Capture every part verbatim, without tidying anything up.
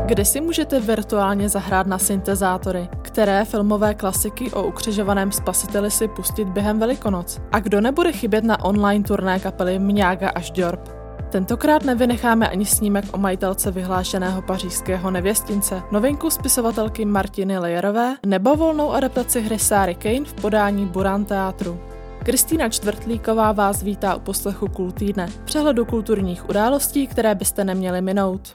Kde si můžete virtuálně zahrát na syntezátory? Které filmové klasiky o ukřižovaném spasiteli si pustit během Velikonoc? A kdo nebude chybět na online turné kapely Mňága až Djorb? Tentokrát nevynecháme ani snímek o majitelce vyhlášeného pařížského nevěstince, novinku spisovatelky Martiny Lejerové nebo volnou adaptaci hry Sáry Kane v podání Buran Teátru. Kristýna Čtvrtlíková vás vítá u poslechu Kult týdne, přehledu kulturních událostí, které byste neměli minout.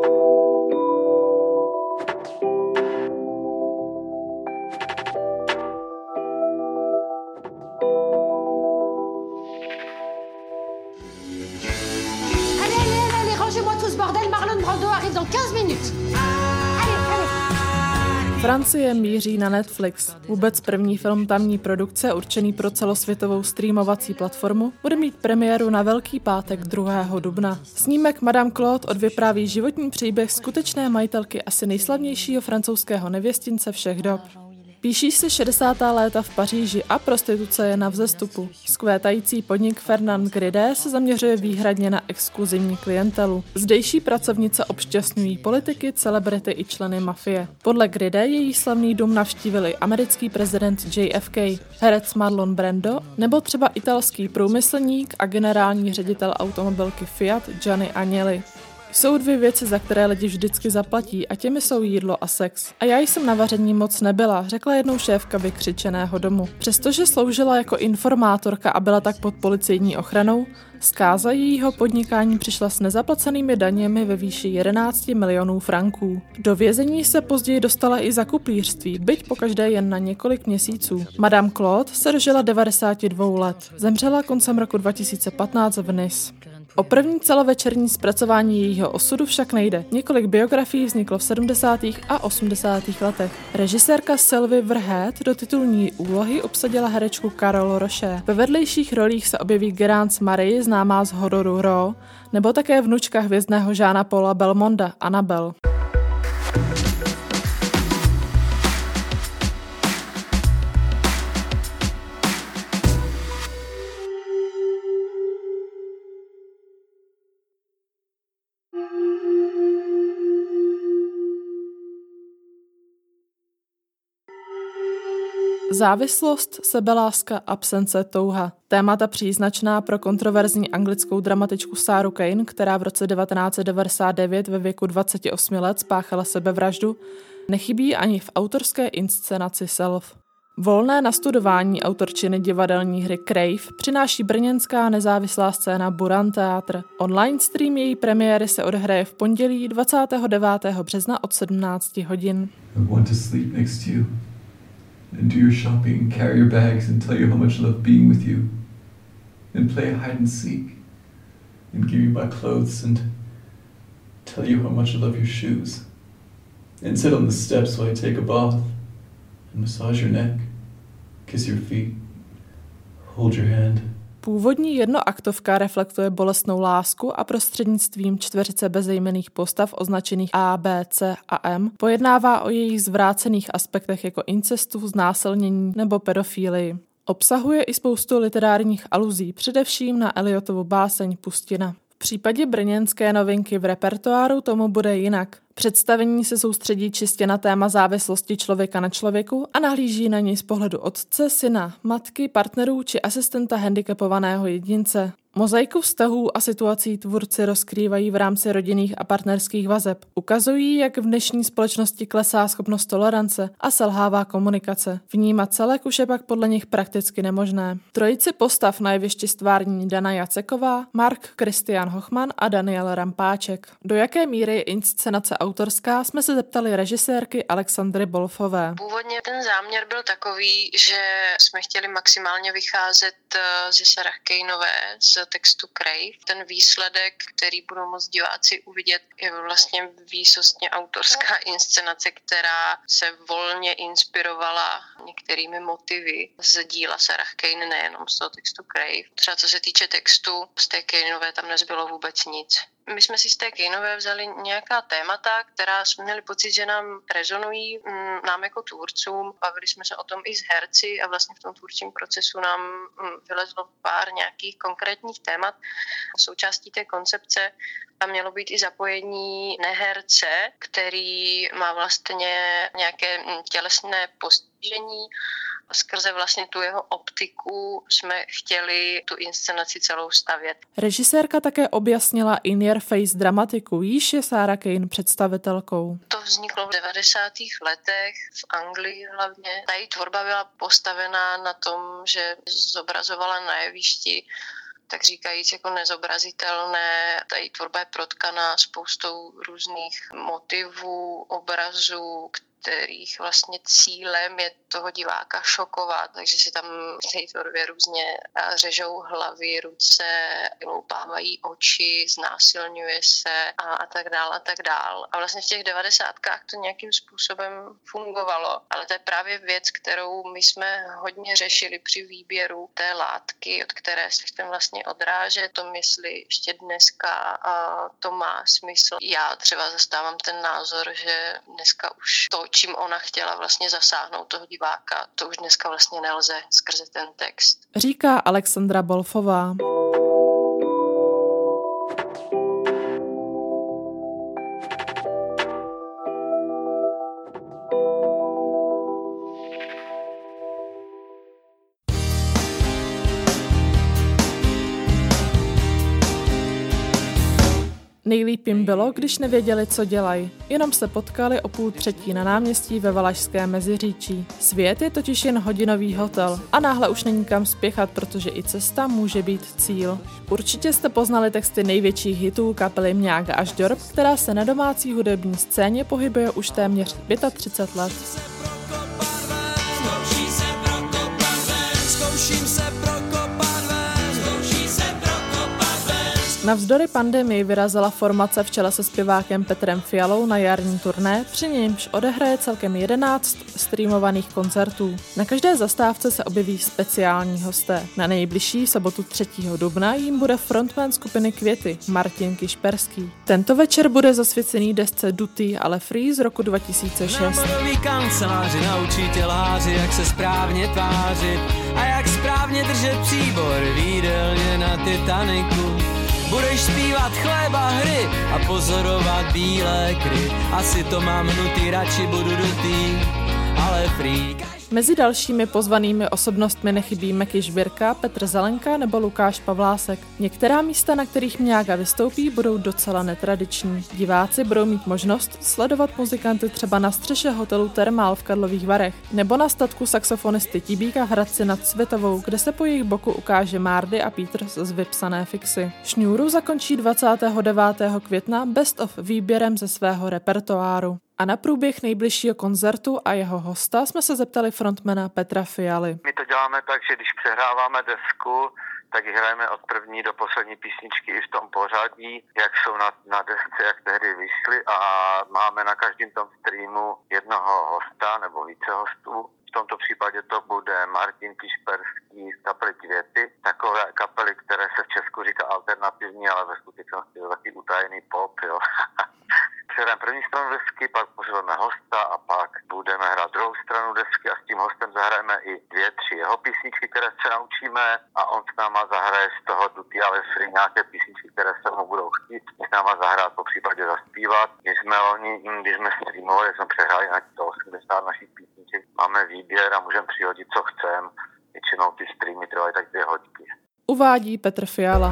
Francie míří na Netflix. Vůbec první film tamní produkce, určený pro celosvětovou streamovací platformu, bude mít premiéru na Velký pátek druhého dubna. Snímek Madame Claude odvypráví životní příběh skutečné majitelky asi nejslavnějšího francouzského nevěstince všech dob. Píší se šedesátá léta v Paříži a prostituce je na vzestupu. Vzkvétající podnik Fernand Gridé se zaměřuje výhradně na exkluzivní klientelu. Zdejší pracovnice obšťastňují politiky, celebrity i členy mafie. Podle Gridé její slavný dům navštívili americký prezident J F K, herec Marlon Brando nebo třeba italský průmyslník a generální ředitel automobilky Fiat Gianni Agnelli. Jsou dvě věci, za které lidi vždycky zaplatí a těmi jsou jídlo a sex. A já jsem na vaření moc nebyla, řekla jednou šéfka vykřičeného domu. Přestože sloužila jako informátorka a byla tak pod policejní ochranou, zkáza jejího podnikání přišla s nezaplacenými daněmi ve výši jedenáct milionů franků. Do vězení se později dostala i za kuplířství, byť pokaždé jen na několik měsíců. Madame Claude se dožila devadesáti dvou let. Zemřela koncem roku dva tisíce patnáct v Nice. O první celovečerní zpracování jejího osudu však nejde. Několik biografií vzniklo v sedmdesátých a osmdesátých letech. Režisérka Sylvie Verheet do titulní úlohy obsadila herečku Carole Roche. Ve vedlejších rolích se objeví Garance Marie, známá z hororu Raw, nebo také vnučka hvězdného Jeana Paula Belmonda, Annabelle. Závislost, sebeláska, absence, touha. Témata příznačná pro kontroverzní anglickou dramatičku Sáru Kane, která v roce devatenáct set devadesát devět ve věku dvaceti osmi let spáchala sebevraždu, nechybí ani v autorské inscenaci Self. Volné nastudování autorčiny divadelní hry Crave přináší brněnská nezávislá scéna Buran Teátr. Online stream její premiéry se odehraje v pondělí dvacátého devátého března od sedmnácti hodin. And do your shopping and carry your bags and tell you how much I love being with you. And play hide and seek and give you my clothes and tell you how much I love your shoes. And sit on the steps while I take a bath and massage your neck, kiss your feet, hold your hand. Původní jednoaktovka reflektuje bolestnou lásku a prostřednictvím čtveřice bezejmenných postav označených A, B, C a M pojednává o jejich zvrácených aspektech jako incestu, znásilnění nebo pedofílii. Obsahuje i spoustu literárních aluzí, především na Eliotovu báseň Pustina. V případě brněnské novinky v repertoáru tomu bude jinak. Představení se soustředí čistě na téma závislosti člověka na člověku a nahlíží na něj z pohledu otce, syna, matky, partnerů či asistenta handicapovaného jedince. Mozaiku vztahů a situací tvůrci rozkrývají v rámci rodinných a partnerských vazeb. Ukazují, jak v dnešní společnosti klesá schopnost tolerance a selhává komunikace. Vnímat celek už je pak podle nich prakticky nemožné. Trojici postav na jevišti stvární Dana Jaceková, Mark Christian Hochman a Daniel Rampáček. Do jaké míry je inscenace autorská, jsme se zeptali režisérky Alexandry Bolfové. Původně ten záměr byl takový, že jsme chtěli maximálně vycházet ze Sarah Kaneové, z textu Crave. Ten výsledek, který budou moct diváci uvidět, je vlastně výsostně autorská inscenace, která se volně inspirovala některými motivy z díla Sarah Kane, nejenom z toho textu Crave. Třeba co se týče textu, z té Kaneové tam nezbylo vůbec nic. My jsme si z té Kaneové vzali nějaká témata, která jsme měli pocit, že nám rezonují, nám jako tvůrcům. Bavili jsme se o tom i s herci a vlastně v tom tvůrčím procesu nám vylezlo pár nějakých konkrétních témat. Součástí té koncepce tam mělo být i zapojení neherce, který má vlastně nějaké tělesné postižení. Skrze vlastně tu jeho optiku jsme chtěli tu inscenaci celou stavět. Režisérka také objasnila in-your face dramatiku, jíž je Sarah Kane představitelkou. To vzniklo v devadesátých letech v Anglii hlavně. Ta její tvorba byla postavená na tom, že zobrazovala na jevišti tak říkajíc jako nezobrazitelné. Ta její tvorba je protkaná spoustou různých motivů, obrazů, kterých vlastně cílem je toho diváka šokovat, takže si tam v té tvorbě různě řežou hlavy, ruce, vyloupávají oči, znásilňuje se a, a tak dál a tak dál. A vlastně v těch devadesátkách to nějakým způsobem fungovalo, ale to je právě věc, kterou my jsme hodně řešili při výběru té látky, od které se chceme vlastně odrážet. To mysli ještě dneska a to má smysl. Já třeba zastávám ten názor, že dneska už to, čím ona chtěla vlastně zasáhnout toho diváka, to už dneska vlastně nelze skrze ten text. Říká Alexandra Bolfová. Nejlíp jim bylo, když nevěděli, co dělají. Jenom se potkali o půl třetí na náměstí ve Valašském Meziříčí. Svět je totiž jen hodinový hotel a náhle už není kam spěchat, protože i cesta může být cíl. Určitě jste poznali texty největších hitů kapely Mňák až Ďorb, která se na domácí hudební scéně pohybuje už téměř třicet pět let. Navzdory pandemii vyrazila formace v čele se zpěvákem Petrem Fialou na jarní turné, při němž odehraje celkem jedenáct streamovaných koncertů. Na každé zastávce se objeví speciální hosté. Na nejbližší sobotu třetího dubna jim bude frontman skupiny Květy Martin Kišperský. Tento večer bude zasvěcený desce Dutý, ale free z roku dva tisíce šest. Na modelový kanceláři naučí tě láři, jak se správně tvářit a jak správně držet příbor v jídelně na Titaniku. Budeš zpívat chléba hry a pozorovat bílé kry. Asi to mám hnutý, radši budu dutý, ale free. Mezi dalšími pozvanými osobnostmi nechybí Meky Žbírka, Petr Zelenka nebo Lukáš Pavlásek. Některá místa, na kterých Mňága vystoupí, budou docela netradiční. Diváci budou mít možnost sledovat muzikanty třeba na střeše hotelu Thermal v Karlových Varech nebo na statku saxofonisty Tibíka v Hradci nad Světovou, kde se po jejich boku ukáže Mardy a Peters z Vypsané fixy. Šňůru zakončí dvacátého devátého května best of výběrem ze svého repertoáru. A na průběh nejbližšího koncertu a jeho hosta jsme se zeptali frontmana Petra Fialy. My to děláme tak, že když přehráváme desku, tak hrajeme od první do poslední písničky i v tom pořadí, jak jsou na, na desce, jak tehdy vyšly, a máme na každém tom streamu jednoho hosta nebo více hostů. V tomto případě to bude Martin Kišperský z kapely Květy, takové kapely, které se v Česku říká alternativní, ale ve skutečnosti je taky utajený pop, jo. Předem první stranu desky, pak pozveme hosta a pak budeme hrát druhou stranu desky a s tím hostem zahrajeme i dvě, tři jeho písničky, které se naučíme, a on s náma zahraje z toho Dutý, ale free nějaké písničky, které se mu budou chtít s náma zahrát, po případě zaspívat. My jsme loni, když jsme streamovali, jsme přehráli na to osmdesát našich písniček, máme výběr a můžeme přihodit, co chceme. Většinou ty streamy trvají tak dvě hodiny. Uvádí Petr Fiala.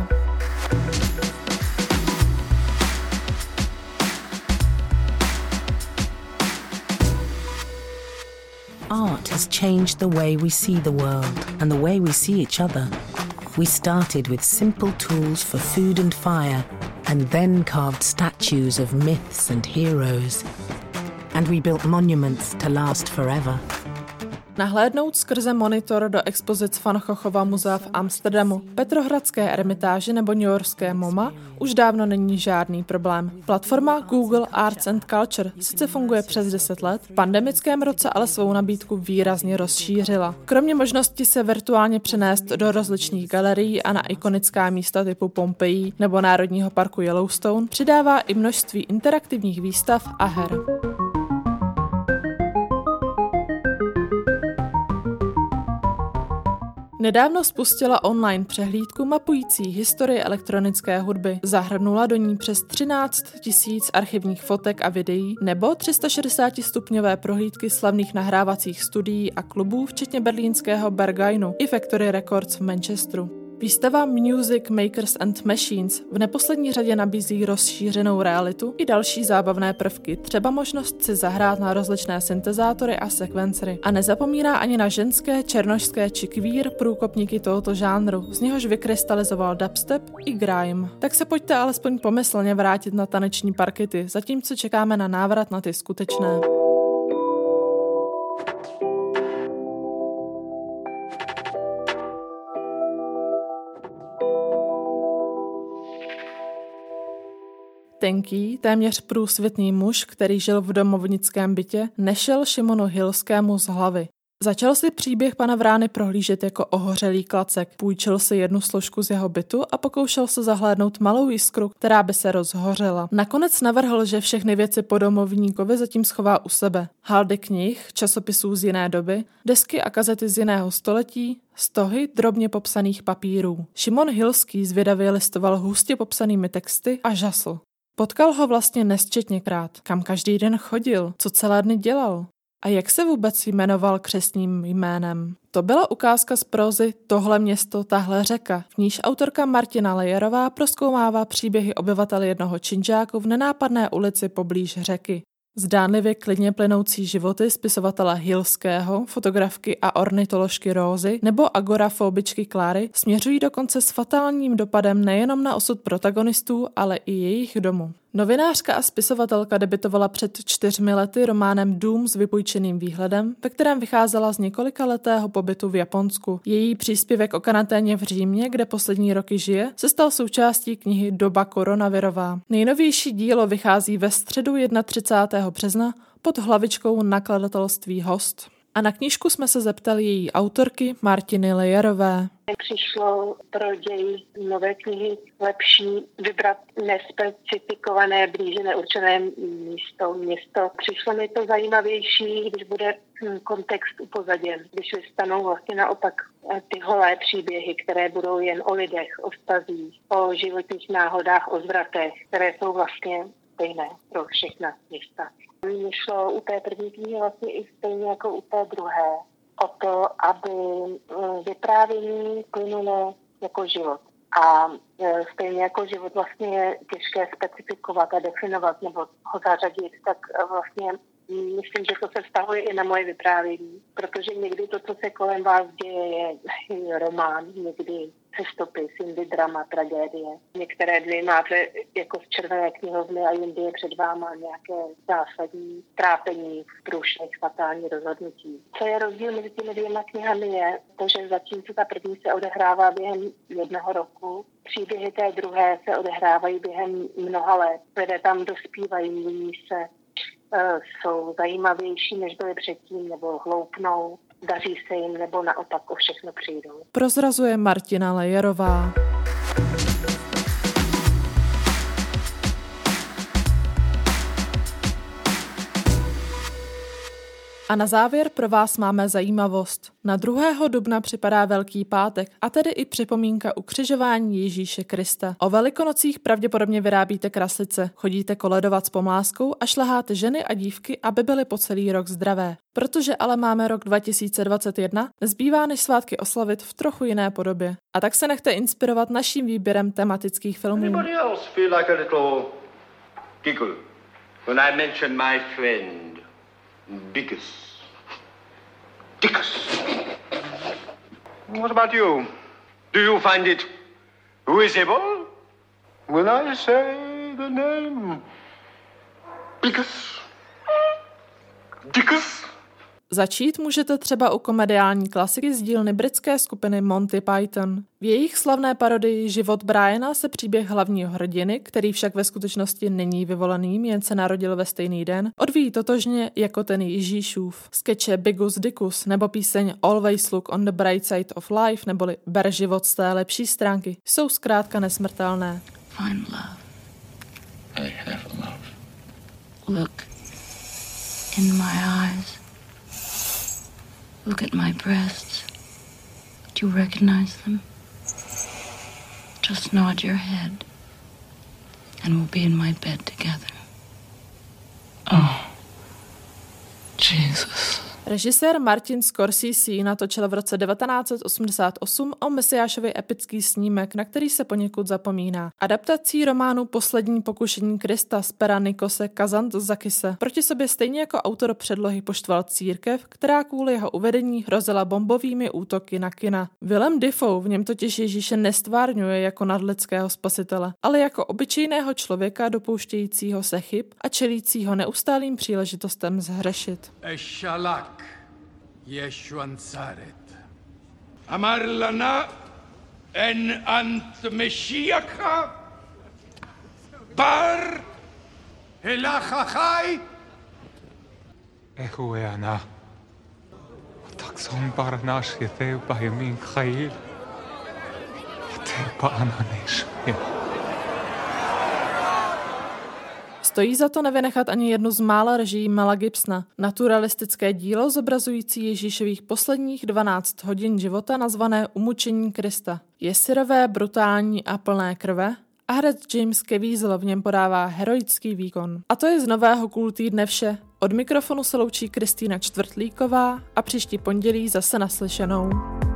Art has changed the way we see the world and the way we see each other. We started with simple tools for food and fire, and then carved statues of myths and heroes. And we built monuments to last forever. Nahlédnout skrze monitor do expozic Van Goghova muzea v Amsterdamu, Petrohradské ermitáži nebo newyorské MoMA už dávno není žádný problém. Platforma Google Arts and Culture sice funguje přes deset let, v pandemickém roce ale svou nabídku výrazně rozšířila. Kromě možnosti se virtuálně přenést do rozličných galerií a na ikonická místa typu Pompeji nebo Národního parku Yellowstone, přidává i množství interaktivních výstav a her. Nedávno spustila online přehlídku mapující historii elektronické hudby. Zahrnula do ní přes třináct tisíc archivních fotek a videí nebo tři sta šedesát stupňové prohlídky slavných nahrávacích studií a klubů, včetně berlínského Berghainu i Factory Records v Manchesteru. Výstava Music Makers and Machines v neposlední řadě nabízí rozšířenou realitu i další zábavné prvky, třeba možnost si zahrát na rozličné syntezátory a sekvencery. A nezapomíná ani na ženské, černošské či queer průkopníky tohoto žánru, z něhož vykrystalizoval dubstep i grime. Tak se pojďte alespoň pomyslně vrátit na taneční parkety, zatímco čekáme na návrat na ty skutečné. Tenký, téměř průsvitný muž, který žil v domovnickém bytě, nešel Šimonu Hilskému z hlavy. Začal si příběh pana Vrány prohlížet jako ohořelý klacek, půjčil si jednu složku z jeho bytu a pokoušel se zahlédnout malou jiskru, která by se rozhořela. Nakonec navrhl, že všechny věci po domovníkovi zatím schová u sebe. Haldy knih, časopisů z jiné doby, desky a kazety z jiného století, stohy drobně popsaných papírů. Šimon Hilský zvědavě listoval hustě popsanými texty a žasl. Potkal ho vlastně nesčetněkrát, kam každý den chodil, co celé dny dělal a jak se vůbec jmenoval křestním jménem. To byla ukázka z prózy Tohle město, tahle řeka, v níž autorka Martina Lejerová prozkoumává příběhy obyvatel jednoho činžáku v nenápadné ulici poblíž řeky. Zdánlivě klidně plynoucí životy spisovatele Hilského, fotografky a ornitoložky Rózy nebo agorafobičky Kláry směřují dokonce s fatálním dopadem nejenom na osud protagonistů, ale i jejich domu. Novinářka a spisovatelka debitovala před čtyřmi lety románem Dům s vypůjčeným výhledem, ve kterém vycházela z několikaletého pobytu v Japonsku. Její příspěvek o karanténě v Římě, kde poslední roky žije, se stal součástí knihy Doba koronavirová. Nejnovější dílo vychází ve středu třicátého prvního března pod hlavičkou nakladatelství Host. A na knížku jsme se zeptali její autorky Martiny Lejerové. Přišlo pro děj nové knihy lepší vybrat nespecifikované, blíže neurčené místo, město. Přišlo mi to zajímavější, když bude kontext upozaděn, když vystanou vlastně naopak ty holé příběhy, které budou jen o lidech, o vztazích, o životních náhodách, o zvratech, které jsou vlastně stejné pro všechna města. Mně šlo u té první knihy vlastně i stejně jako u té druhé o to, aby vyprávění plynulo jako život. A stejně jako život vlastně je těžké specifikovat a definovat nebo ho zařadit, tak vlastně myslím, že to se vztahuje i na moje vyprávění, protože někdy to, co se kolem vás děje, je román, někdy cestopis, jindy drama, tragédie. Některé dny máte jako z červené knihovny a jindy je před váma nějaké zásadní trápení, průšvih, fatální rozhodnutí. Co je rozdíl mezi těmi dvěma knihami je to, že zatímco ta první se odehrává během jednoho roku, příběhy té druhé se odehrávají během mnoha let. Lidé tam dospívají, mění se, jsou zajímavější, než byly předtím, nebo hloupnou, daří se jim, nebo naopak o všechno přijdou. Prozrazuje Martina Lejerová. A na závěr pro vás máme zajímavost. Na druhého dubna připadá Velký pátek, a tedy i připomínka ukřižování Ježíše Krista. O Velikonocích pravděpodobně vyrábíte kraslice, chodíte koledovat s pomláskou a šleháte ženy a dívky, aby byly po celý rok zdravé. Protože ale máme rok dva tisíce dvacet jedna, nezbývá než svátky oslavit v trochu jiné podobě. A tak se nechte inspirovat naším výběrem tematických filmů. Anybody else feel like a little giggle when I mention my friend Dickus? Dickus. What about you? Do you find it visible when I say the name Dickus? Dickus? Začít můžete třeba u komediální klasiky z dílny britské skupiny Monty Python. V jejich slavné parodii Život Briana se příběh hlavního hrdiny, který však ve skutečnosti není vyvoleným, jen se narodil ve stejný den, odvíjí totožně jako ten Ježíšův. Skeče Bigus Dickus nebo píseň Always Look on the Bright Side of Life neboli Ber život z té lepší stránky jsou zkrátka nesmrtelné. Find love. I have love. Look in my eyes. Look at my breasts. Do you recognize them? Just nod your head and we'll be in my bed together. Oh, Jesus. Režisér Martin Scorsese natočil v roce devatenáct set osmdesát osm o Mesiášovi epický snímek, na který se poněkud zapomíná. Adaptací románu Poslední pokušení Krista z pera Nikose Kazantzakise proti sobě stejně jako autor předlohy poštval církev, která kvůli jeho uvedení hrozila bombovými útoky na kina. Willem Dafoe v něm totiž Ježíše nestvárňuje jako nadlidského spasitele, ale jako obyčejného člověka dopouštějícího se chyb a čelícího neustálým příležitostem zhřešit. Eshalak Yeshua Nazaret Amar lana en ant Meshiach bar Elachachai Ehueana Takson barnash yetheu bayamin khail Tepa ananesh. Stojí za to nevynechat ani jednu z mála režií Mela Gibsona, naturalistické dílo zobrazující Ježíšových posledních dvanáct hodin života nazvané Umučení Krista. Je syrové, brutální a plné krve a herec James Caviezel v něm podává heroický výkon. A to je z nového Cool týdne vše. Od mikrofonu se loučí Kristýna Čtvrtlíková a příští pondělí zase naslyšenou.